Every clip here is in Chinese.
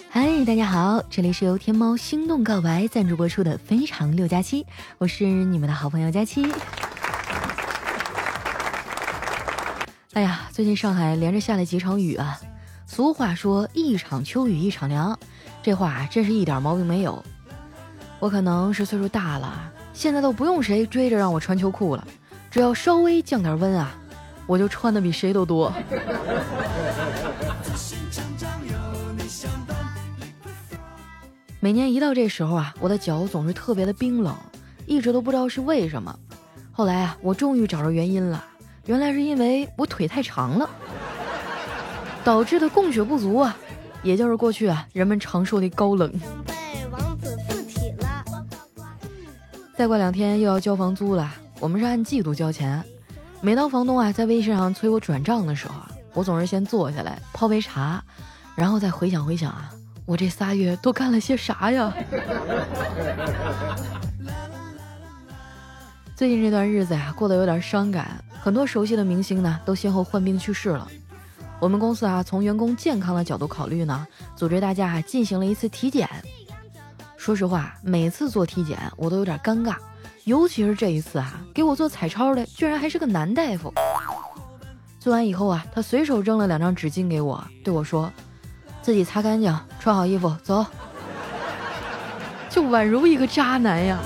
嗨，大家好，这里是由天猫心动告白赞助播出的非常六加七，我是你们的好朋友佳期。哎呀，最近上海连着下了几场雨啊，俗话说一场秋雨一场凉，这话真是一点毛病没有。我可能是岁数大了，现在都不用谁追着让我穿秋裤了，只要稍微降点温啊，我就穿的比谁都多。每年一到这时候啊，我的脚总是特别的冰冷，一直都不知道是为什么。后来啊，我终于找着原因了，原来是因为我腿太长了，导致的供血不足啊，也就是过去啊人们常说的高冷。再过2天又要交房租了，我们是按季度交钱。每当房东啊在微信上催我转账的时候啊，我总是先坐下来泡杯茶，然后再回想啊，我这3月都干了些啥呀？最近这段日子呀，过得有点伤感，很多熟悉的明星呢都先后患病去世了。我们公司啊，从员工健康的角度考虑呢，组织大家进行了一次体检。说实话，每次做体检我都有点尴尬，尤其是这一次啊，给我做彩超的居然还是个男大夫。做完以后啊，他随手扔了2张纸巾给我，对我说：“自己擦干净，穿好衣服，走。”就宛如一个渣男呀。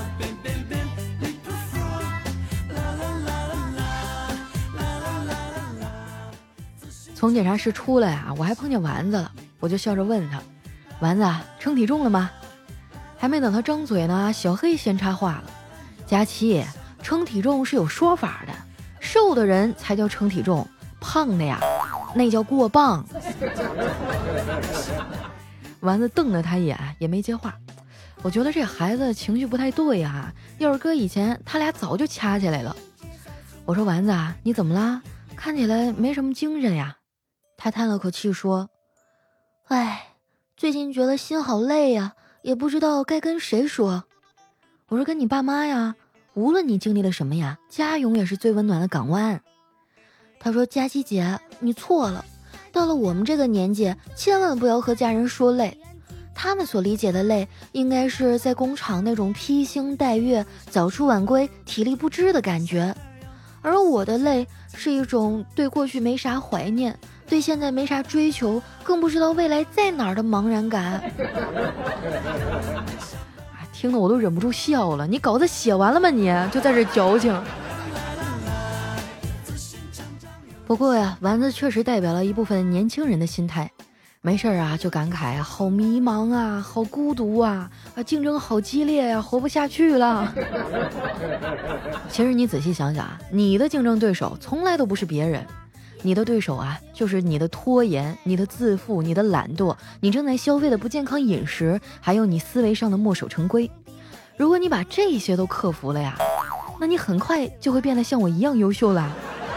从检查室出来啊，我还碰见丸子了，我就笑着问他：“丸子，称体重了吗？”还没等他张嘴呢，小黑先插话了：“佳期，称体重是有说法的，瘦的人才叫称体重，胖的呀，那叫过磅。”丸子瞪了他一眼，也没接话。我觉得这孩子情绪不太对啊，要是搁以前，他俩早就掐起来了。我说：“丸子，你怎么啦？看起来没什么精神呀。”他叹了口气说：“哎，最近觉得心好累呀，也不知道该跟谁说。”我说：“跟你爸妈呀，无论你经历了什么呀，家永远是最温暖的港湾。”他说：“佳琪姐，你错了，到了我们这个年纪，千万不要和家人说累。他们所理解的累，应该是在工厂那种披星戴月、早出晚归、体力不支的感觉。而我的累，是一种对过去没啥怀念，对现在没啥追求，更不知道未来在哪儿的茫然感。”听得我都忍不住笑了。你稿子写完了吗？你就在这矫情。不过呀，丸子确实代表了一部分年轻人的心态，没事啊就感慨好迷茫啊，好孤独啊，竞争好激烈呀，活不下去了。其实你仔细想想啊，你的竞争对手从来都不是别人，你的对手啊就是你的拖延、你的自负、你的懒惰、你正在消费的不健康饮食，还有你思维上的墨守成规。如果你把这些都克服了呀，那你很快就会变得像我一样优秀啦。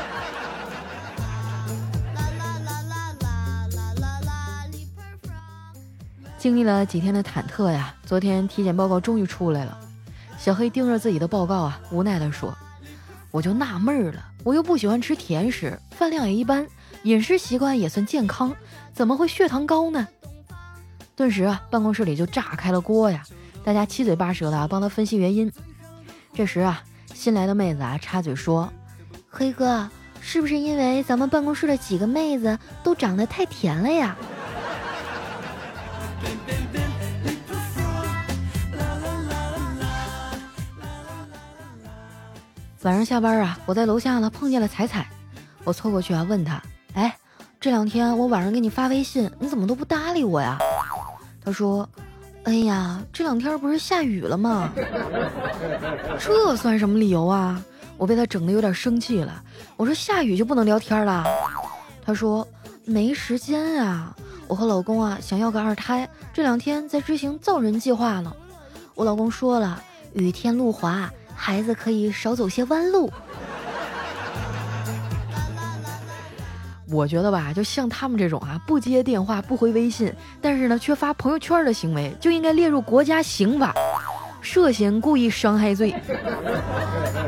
经历了几天的忐忑呀，昨天体检报告终于出来了。小黑盯着自己的报告啊，无奈地说：“我就纳闷了，我又不喜欢吃甜食，饭量也一般，饮食习惯也算健康，怎么会血糖高呢？”顿时啊，办公室里就炸开了锅呀，大家七嘴八舌的帮他分析原因。这时啊，新来的妹子啊插嘴说：“黑哥，是不是因为咱们办公室的几个妹子都长得太甜了呀？”晚上下班啊，我在楼下呢碰见了彩彩，我凑过去啊问她：“哎，这2天我晚上给你发微信，你怎么都不搭理我呀？”她说：“哎呀，这2天不是下雨了吗？”这算什么理由啊？我被她整得有点生气了。我说：“下雨就不能聊天了？”她说：“没时间啊，我和老公啊想要个2胎，这2天在执行造人计划呢。我老公说了，雨天路滑，孩子可以少走些弯路。”我觉得吧，就像他们这种啊，不接电话不回微信，但是呢却发朋友圈的行为，就应该列入国家刑法，涉嫌故意伤害罪。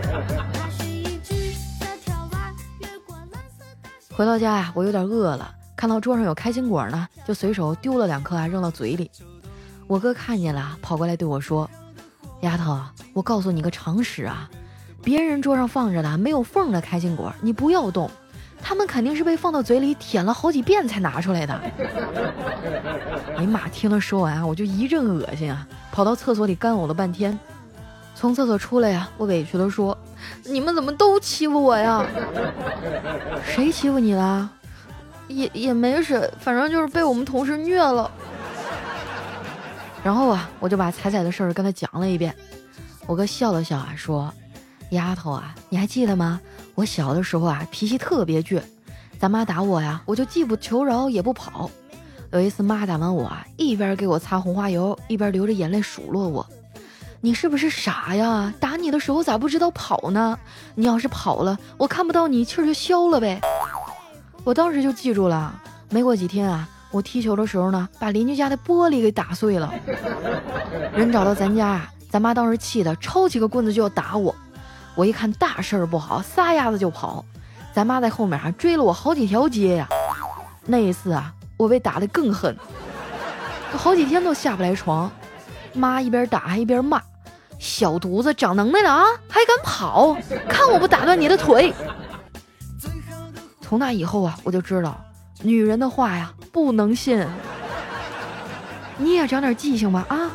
回到家呀，我有点饿了， 看到桌上有开心果呢，就随手丢了2颗啊，扔到嘴里。我哥看见了，跑过来对我说：“丫头，我告诉你个常识啊，别人桌上放着的没有缝的开心果，你不要动，他们肯定是被放到嘴里舔了好几遍才拿出来的。”哎妈，听他说完啊，我就一阵恶心啊，跑到厕所里干呕了半天。从厕所出来呀，我委屈地说：“你们怎么都欺负我呀？”“谁欺负你了？”“也没谁，反正就是被我们同事虐了。”然后啊，我就把彩彩的事儿跟他讲了一遍。我哥笑了笑啊，说：“丫头啊，你还记得吗？我小的时候啊，脾气特别倔，咱妈打我呀，我就既不求饶也不跑。有一次妈打完我啊，一边给我擦红花油，一边流着眼泪数落我：你是不是傻呀？打你的时候咋不知道跑呢？你要是跑了，我看不到你，气儿就消了呗。”我当时就记住了。没过几天啊，我踢球的时候呢，把邻居家的玻璃给打碎了。人找到咱家啊，咱妈当时气得抄起个棍子就要打我。我一看大事儿不好，撒丫子就跑。咱妈在后面还追了我好几条街呀。那一次啊，我被打得更狠，我好几天都下不来床。妈一边打还一边骂：“小犊子长能耐了啊，还敢跑，看我不打断你的腿！”从那以后啊，我就知道女人的话呀不能信。你也长点记性吧啊！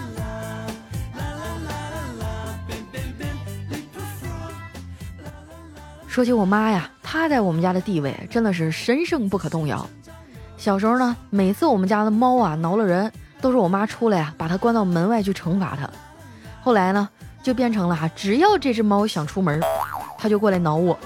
说起我妈呀，她在我们家的地位真的是神圣不可动摇。小时候呢，每次我们家的猫啊挠了人，都是我妈出来啊，把它关到门外去惩罚它。后来呢，就变成了只要这只猫想出门，它就过来挠我。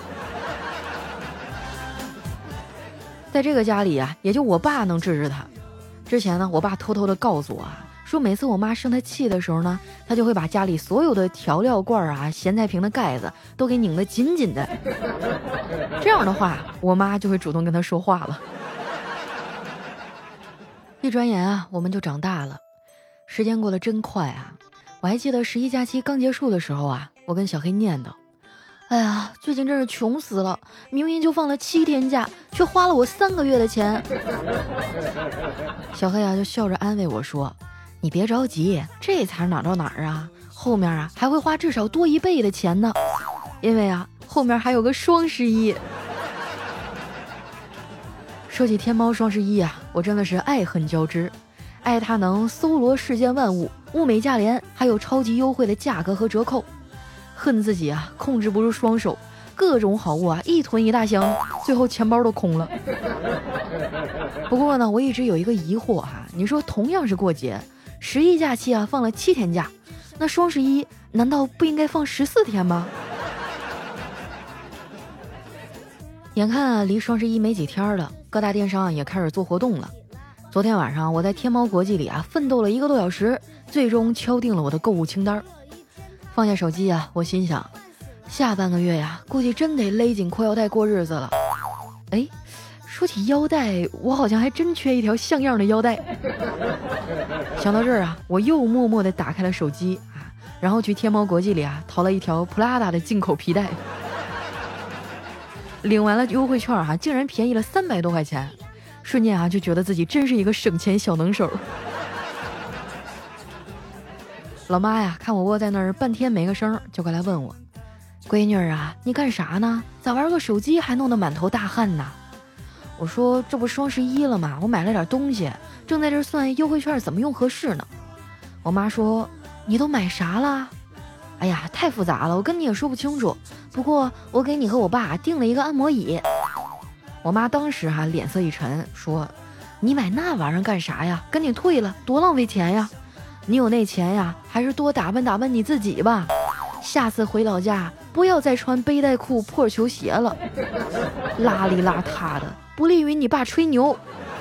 在这个家里啊，也就我爸能治治它。之前呢，我爸偷偷的告诉我啊，说每次我妈生他气的时候呢，他就会把家里所有的调料罐啊、咸菜瓶的盖子都给拧得紧紧的。这样的话，我妈就会主动跟他说话了。一转眼啊，我们就长大了，时间过得真快啊！我还记得11假期刚结束的时候啊，我跟小黑念叨：“哎呀，最近真是穷死了！明明就放了7天假，却花了我3个月的钱。”小黑啊就笑着安慰我说：“你别着急，这才是哪到哪儿啊，后面啊还会花至少多1倍的钱呢，因为啊后面还有个双11。”说起天猫双11啊，我真的是爱恨交织。爱它能搜罗世间万物，物美价廉，还有超级优惠的价格和折扣。恨自己啊控制不住双手，各种好物啊一囤一大箱，最后钱包都空了。不过呢，我一直有一个疑惑哈，你说同样是过节，11假期啊放了7天假，那双11难道不应该放14天吗？眼看啊离双11没几天了，各大电商也开始做活动了。昨天晚上我在天猫国际里啊奋斗了1个多小时，最终敲定了我的购物清单。放下手机啊，我心想，下半个月呀，估计真得勒紧裤腰带过日子了。哎，说起腰带，我好像还真缺一条像样的腰带。想到这儿啊，我又默默地打开了手机啊，然后去天猫国际里啊淘了一条 Prada 的进口皮带。领完了优惠券啊，竟然便宜了300多块钱，瞬间啊就觉得自己真是一个省钱小能手。老妈呀，看我窝在那儿半天没个声，就过来问我：“闺女啊，你干啥呢？咋玩个手机还弄得满头大汗呢？”我说：“这不双11了吗？我买了点东西，正在这算优惠券怎么用合适呢。”我妈说：“你都买啥了？”哎呀，太复杂了，我跟你也说不清楚。不过我给你和我爸订了一个按摩椅。我妈当时脸色一沉，说：“你买那玩意儿干啥呀？赶紧退了，多浪费钱呀！你有那钱呀，还是多打扮打扮你自己吧。下次回老家不要再穿背带裤、破球鞋了，邋里邋遢的，不利于你爸吹牛。”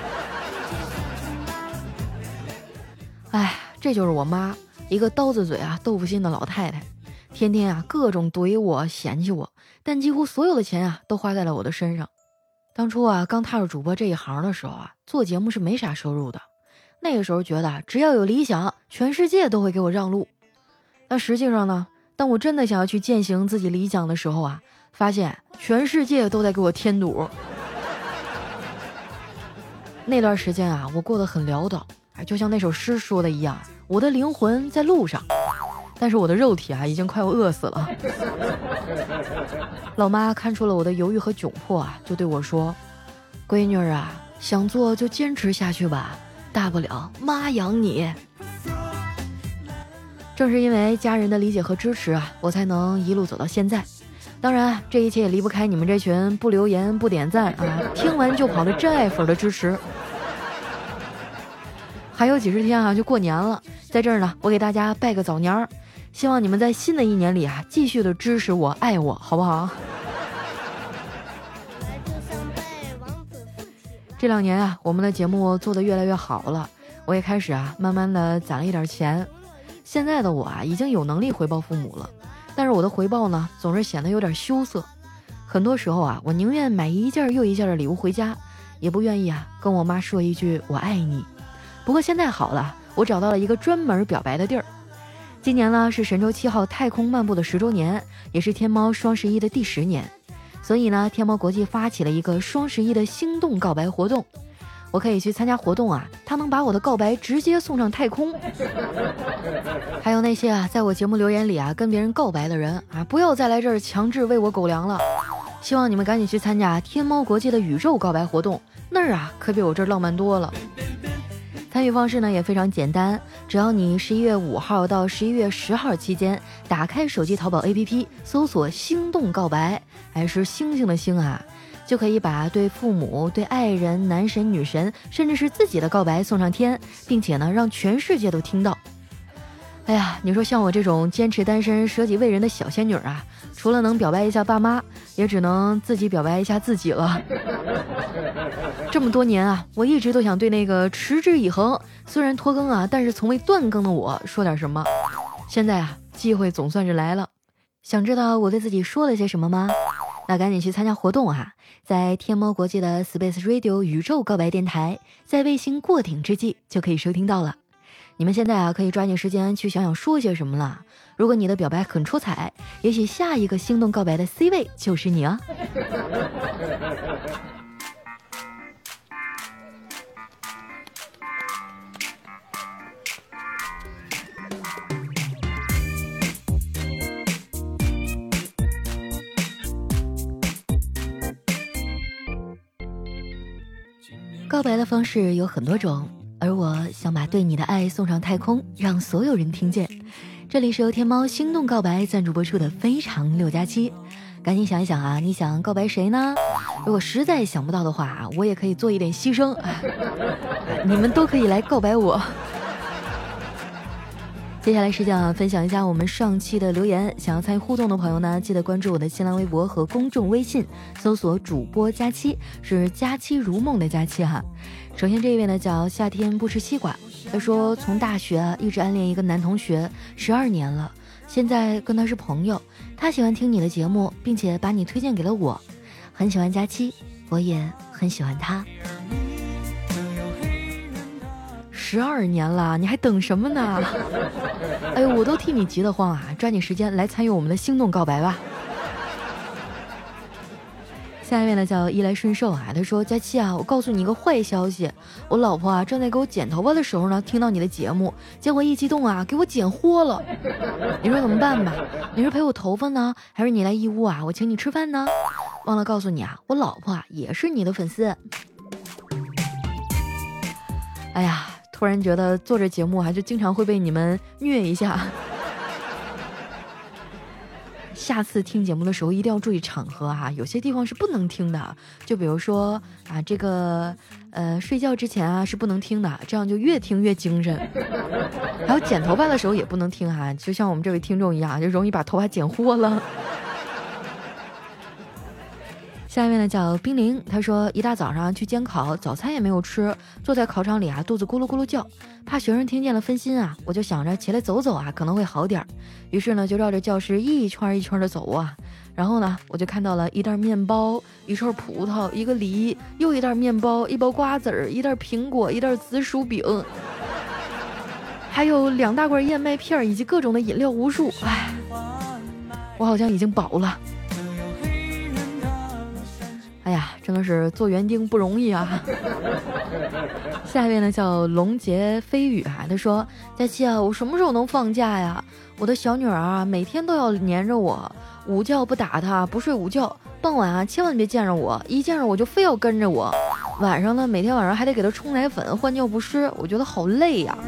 哎，这就是我妈，一个刀子嘴豆腐心的老太太，天天各种怼我嫌弃我，但几乎所有的钱都花在了我的身上。当初刚踏入主播这一行的时候做节目是没啥收入的，那个时候觉得只要有理想，全世界都会给我让路。但实际上呢，当我真的想要去践行自己理想的时候发现全世界都在给我添堵。 那段时间啊，我过得很潦倒，就像那首诗说的一样，我的灵魂在路上，但是我的肉体啊已经快要饿死了。老妈看出了我的犹豫和窘迫啊，就对我说：“闺女儿啊，想做就坚持下去吧，大不了妈养你。”正是因为家人的理解和支持啊，我才能一路走到现在。当然，这一切也离不开你们这群不留言不点赞啊，听完就跑的真爱粉的支持。还有几十天啊就过年了，在这儿呢，我给大家拜个早年儿，希望你们在新的一年里啊继续的支持我爱我，好不好？这2年啊，我们的节目做得越来越好了，我也开始啊慢慢的攒了一点钱。现在的我啊已经有能力回报父母了，但是我的回报呢总是显得有点羞涩。很多时候啊，我宁愿买一件又一件的礼物回家，也不愿意啊跟我妈说一句我爱你。不过现在好了，我找到了一个专门表白的地儿。今年呢是神舟7号太空漫步的10周年，也是天猫双11的第10年，所以呢天猫国际发起了一个双11的心动告白活动。我可以去参加活动啊，他能把我的告白直接送上太空。还有那些啊，在我节目留言里啊跟别人告白的人啊，不要再来这儿强制喂我狗粮了。希望你们赶紧去参加天猫国际的宇宙告白活动，那儿啊可比我这儿浪漫多了。参与方式呢也非常简单，只要你11月5号到11月10号期间打开手机淘宝 APP 搜索心动告白，还是星星的星啊，就可以把对父母、对爱人、男神女神甚至是自己的告白送上天，并且呢让全世界都听到。哎呀，你说像我这种坚持单身舍己为人的小仙女啊，除了能表白一下爸妈，也只能自己表白一下自己了。这么多年啊，我一直都想对那个持之以恒，虽然拖更啊，但是从未断更的我说点什么。现在啊，机会总算是来了。想知道我对自己说了些什么吗？那赶紧去参加活动啊，在天猫国际的 Space Radio 宇宙告白电台，在卫星过顶之际就可以收听到了。你们现在啊可以抓紧时间去想想说些什么了。如果你的表白很出彩，也许下一个心动告白的 C 位就是你啊。告白的方式有很多种，而我想把对你的爱送上太空，让所有人听见。这里是由天猫心动告白赞助播出的非常6+7，赶紧想一想啊，你想告白谁呢？如果实在想不到的话，我也可以做一点牺牲，你们都可以来告白我。接下来是想分享一下我们上期的留言，想要参与互动的朋友呢，记得关注我的新浪微博和公众微信，搜索主播佳期，是佳期如梦的佳期哈。首先这一位呢叫夏天不吃西瓜，他说从大学一直暗恋一个男同学12年了，现在跟他是朋友，他喜欢听你的节目，并且把你推荐给了我，很喜欢佳期，我也很喜欢他。12年了，你还等什么呢？哎呦，我都替你急得慌啊！抓紧时间来参与我们的心动告白吧。下一位呢叫衣来顺受啊，他说佳期啊，我告诉你一个坏消息，我老婆啊正在给我剪头发的时候呢，听到你的节目，结果一激动啊，给我剪豁了。你说怎么办吧？你是赔我头发呢，还是你来义乌啊，我请你吃饭呢？忘了告诉你啊，我老婆啊也是你的粉丝。哎呀，突然觉得做这节目就经常会被你们虐一下。下次听节目的时候一定要注意场合啊，有些地方是不能听的，就比如说啊，这个睡觉之前啊是不能听的，这样就越听越精神。还有剪头发的时候也不能听哈，就像我们这位听众一样，就容易把头发剪豁了。下一位呢叫冰凌，他说一大早上去监考，早餐也没有吃，坐在考场里肚子咕噜咕噜叫，怕学生听见了分心啊，我就想着起来走走可能会好点，于是呢就绕着教室一圈一圈的走啊，然后呢我就看到了一袋面包，一串葡萄，一个梨，又一袋面包，一包瓜子儿，一袋苹果，一袋紫薯饼，还有2大罐燕麦片以及各种的饮料无数。唉，我好像已经饱了。哎呀， 呀，真的是做园丁不容易啊。下一位呢叫龙杰飞宇啊，他说：佳期啊，我什么时候能放假呀？我的小女儿啊，每天都要黏着我，午觉不打她，不睡午觉，傍晚啊千万别见着我，一见着我就非要跟着我，晚上呢每天晚上还得给她冲奶粉换尿不湿，我觉得好累呀。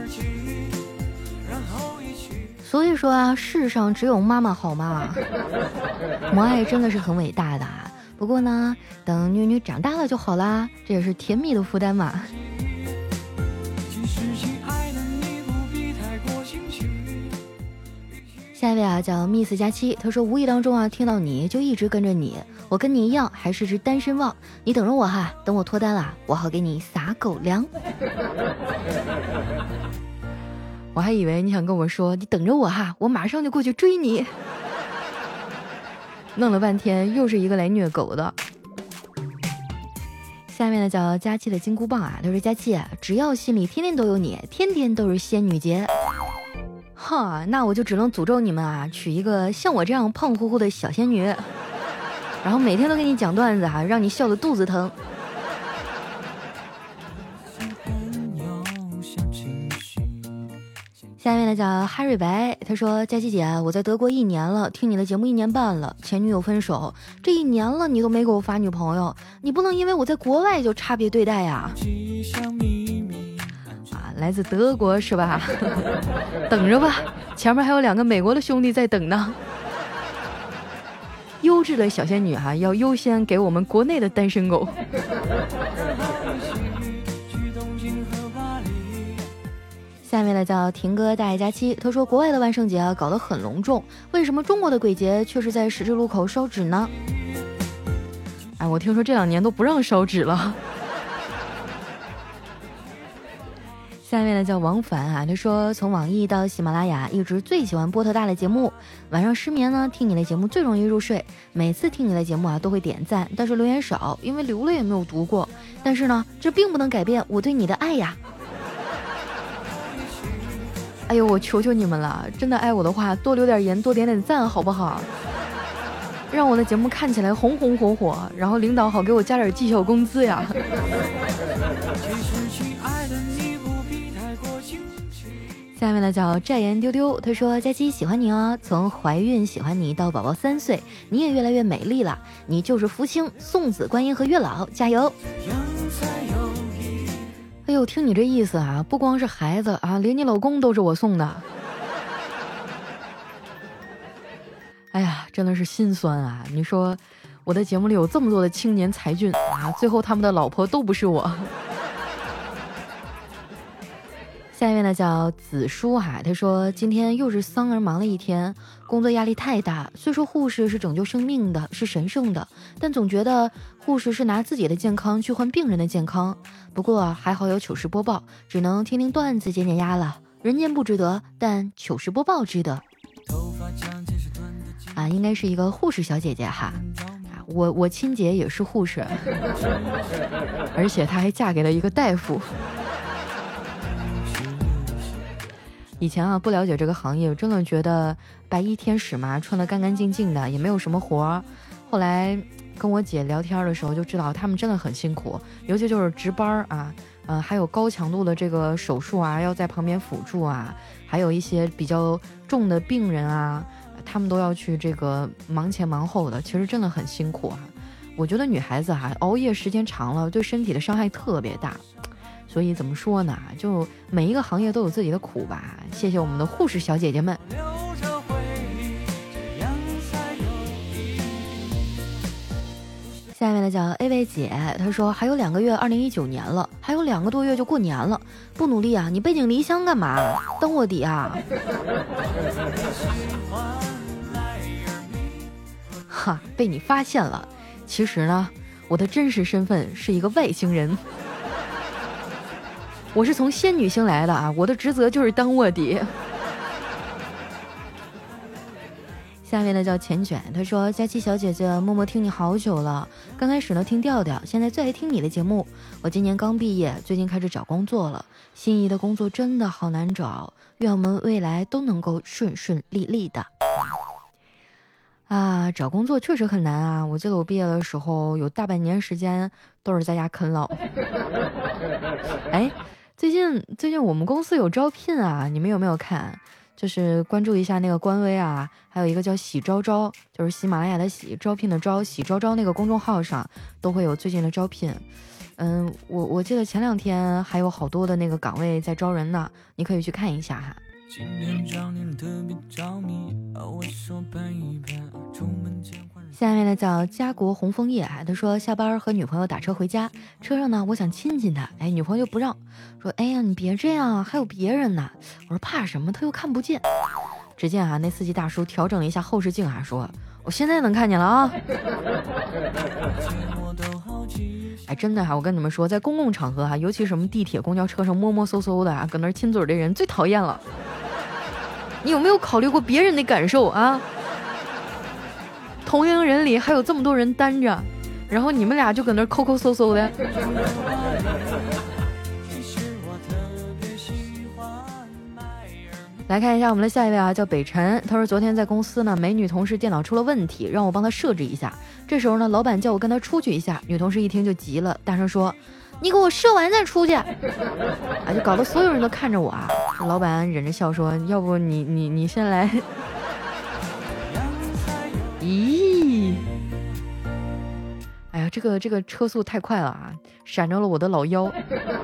所以说啊，世上只有妈妈好嘛。母爱真的是很伟大的啊。不过呢，等女长大了就好啦，这也是甜蜜的负担嘛。下一位啊叫 Miss 佳期，他说无意当中啊听到你就一直跟着你，我跟你一样还是只单身汪，你等着我哈，等我脱单了，我好给你撒狗粮。我还以为你想跟我说你等着我哈，我马上就过去追你。弄了半天又是一个来虐狗的。下面呢叫佳期的金箍棒啊，他说佳期啊，只要心里天天都有你，天天都是仙女节。哈，那我就只能诅咒你们啊，娶一个像我这样胖乎乎的小仙女，然后每天都给你讲段子啊，让你笑得肚子疼。下面呢叫哈瑞白，他说佳琪姐，我在德国1年了，听你的节目1年半了，前女友分手，这1年了你都没给我发女朋友，你不能因为我在国外就差别对待呀。啊，来自德国是吧？等着吧，前面还有2个美国的兄弟在等呢。优质的小仙女哈，要优先给我们国内的单身狗。下面呢叫婷哥大爷佳期，他说国外的万圣节啊搞得很隆重，为什么中国的鬼节却是在十字路口烧纸呢？哎，我听说这2年都不让烧纸了。下面呢叫王凡啊，他说从网易到喜马拉雅一直最喜欢波特大的节目，晚上失眠呢听你的节目最容易入睡，每次听你的节目啊都会点赞，但是留言少，因为留了也没有读过，但是呢这并不能改变我对你的爱呀。哎呦，我求求你们了，真的爱我的话多留点言，多点点赞好不好？让我的节目看起来红红火火，然后领导好给我加点绩效工资呀。下面呢叫债言丢丢，他说佳期喜欢你哦，从怀孕喜欢你到宝宝3岁，你也越来越美丽了，你就是福星、送子观音和月老，加油。哎呦，听你这意思啊，不光是孩子啊，连你老公都是我送的。哎呀，真的是心酸啊！你说我的节目里有这么多的青年才俊啊，最后他们的老婆都不是我。下一位呢叫子舒哈，他说今天又是丧儿忙了一天，工作压力太大。虽说护士是拯救生命的，是神圣的，但总觉得护士是拿自己的健康去换病人的健康。不过还好有糗事播报，只能听听段子减减压了。人间不值得，但糗事播报值得。啊，应该是一个护士小姐姐哈。我亲姐也是护士，而且她还嫁给了一个大夫。以前啊不了解这个行业，真的觉得白衣天使嘛，穿得干干净净的，也没有什么活儿。后来跟我姐聊天的时候就知道，他们真的很辛苦，尤其就是值班啊，还有高强度的这个手术啊，要在旁边辅助啊，还有一些比较重的病人啊，他们都要去这个忙前忙后的，其实真的很辛苦啊。我觉得女孩子哈，熬夜时间长了，对身体的伤害特别大。所以怎么说呢，就每一个行业都有自己的苦吧。谢谢我们的护士小姐姐们。下面呢叫 A 位姐，她说还有2个月2019年了，还有2个多月就过年了，不努力啊你背井离乡干嘛？当卧底啊？哈，被你发现了。其实呢，我的真实身份是一个外星人。我是从仙女星来的啊，我的职责就是当卧底。下面呢叫钱卷，他说佳期小姐姐默默听你好久了，刚开始呢听调调，现在最爱听你的节目。我今年刚毕业，最近开始找工作了，心仪的工作真的好难找，愿我们未来都能够顺顺利利的。 啊，找工作确实很难啊！我记得我毕业的时候有大半年时间都是在家啃老。哎，最近我们公司有招聘啊，你们有没有看？就是关注一下那个官微啊，还有一个叫喜招招，就是喜马拉雅的喜，招聘的招，喜招招那个公众号上都会有最近的招聘。我记得前2天还有好多的那个岗位在招人呢，你可以去看一下哈。今天找你特别着迷，我手拍一拍，出门前下面呢叫家国红枫叶，他说下班和女朋友打车回家，车上呢我想亲亲她，哎，女朋友就不让，说哎呀你别这样，还有别人呢。我说怕什么，他又看不见。只见那司机大叔调整了一下后视镜说我现在能看见了啊。哎，真的我跟你们说，在公共场合尤其什么地铁公交车上摸摸搜搜的搁那亲嘴的人最讨厌了。你有没有考虑过别人的感受啊？同龄人里还有这么多人单着，然后你们俩就搁那抠抠搜搜的。来看一下我们的下一位叫北辰，他说昨天在公司呢，美女同事电脑出了问题，让我帮她设置一下。这时候呢，老板叫我跟她出去一下，女同事一听就急了，大声说：“你给我设完再出去！”就搞得所有人都看着我老板忍着笑说：“要不你先来。”咦，哎呀，这个车速太快了闪着了我的老腰。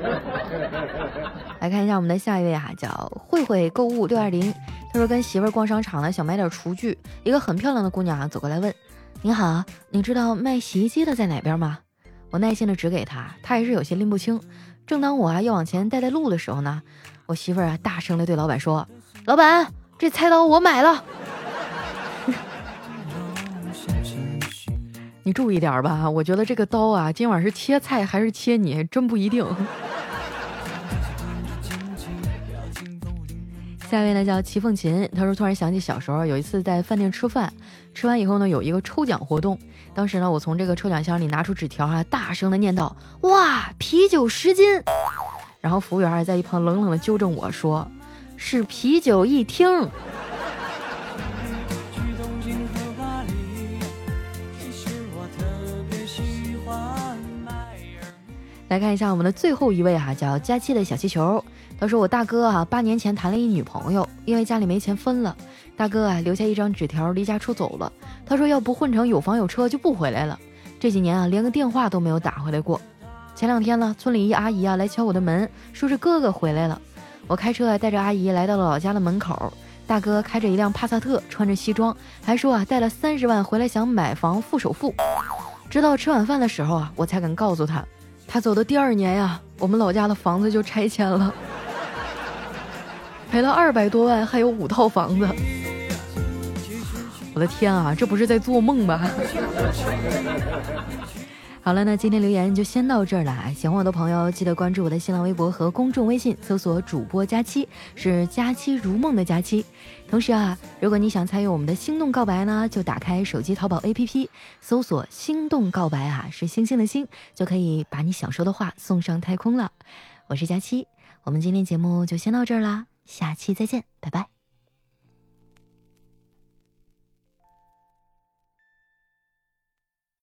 来看一下我们的下一位叫慧慧购物620，他说跟媳妇儿逛商场呢，想买点厨具，一个很漂亮的姑娘走过来问：“您好，你知道卖洗衣机的在哪边吗？”我耐心的指给他，他还是有些拎不清。正当我要往前带路的时候呢，我媳妇儿大声的对老板说：“老板，这菜刀我买了。”你注意点吧，我觉得这个刀今晚是切菜还是切你，真不一定。下一位呢叫齐凤琴，他说突然想起小时候有一次在饭店吃饭，吃完以后呢有一个抽奖活动，当时呢我从这个抽奖箱里拿出纸条大声的念道：“哇，啤酒10斤！”然后服务员在一旁冷冷的纠正我说：“是啤酒1听。”来看一下我们的最后一位叫佳期的小气球。他说我大哥8年前谈了一女朋友，因为家里没钱分了，大哥留下一张纸条离家出走了。他说要不混成有房有车就不回来了。这几年连个电话都没有打回来过。前2天呢，村里一阿姨来敲我的门，说是哥哥回来了。我开车带着阿姨来到了老家的门口，大哥开着一辆帕萨特，穿着西装，还说带了30万回来想买房付首付。直到吃晚饭的时候我才敢告诉他，他走的第2年我们老家的房子就拆迁了，赔了200多万，还有5套房子。我的天这不是在做梦吧？好了，那今天留言就先到这儿了喜欢我的朋友记得关注我的新浪微博和公众微信，搜索主播佳期，是佳期如梦的佳期。同时如果你想参与我们的心动告白呢，就打开手机淘宝 APP， 搜索心动告白是星星的星，就可以把你想说的话送上太空了。我是佳期，我们今天节目就先到这儿啦，下期再见，拜拜。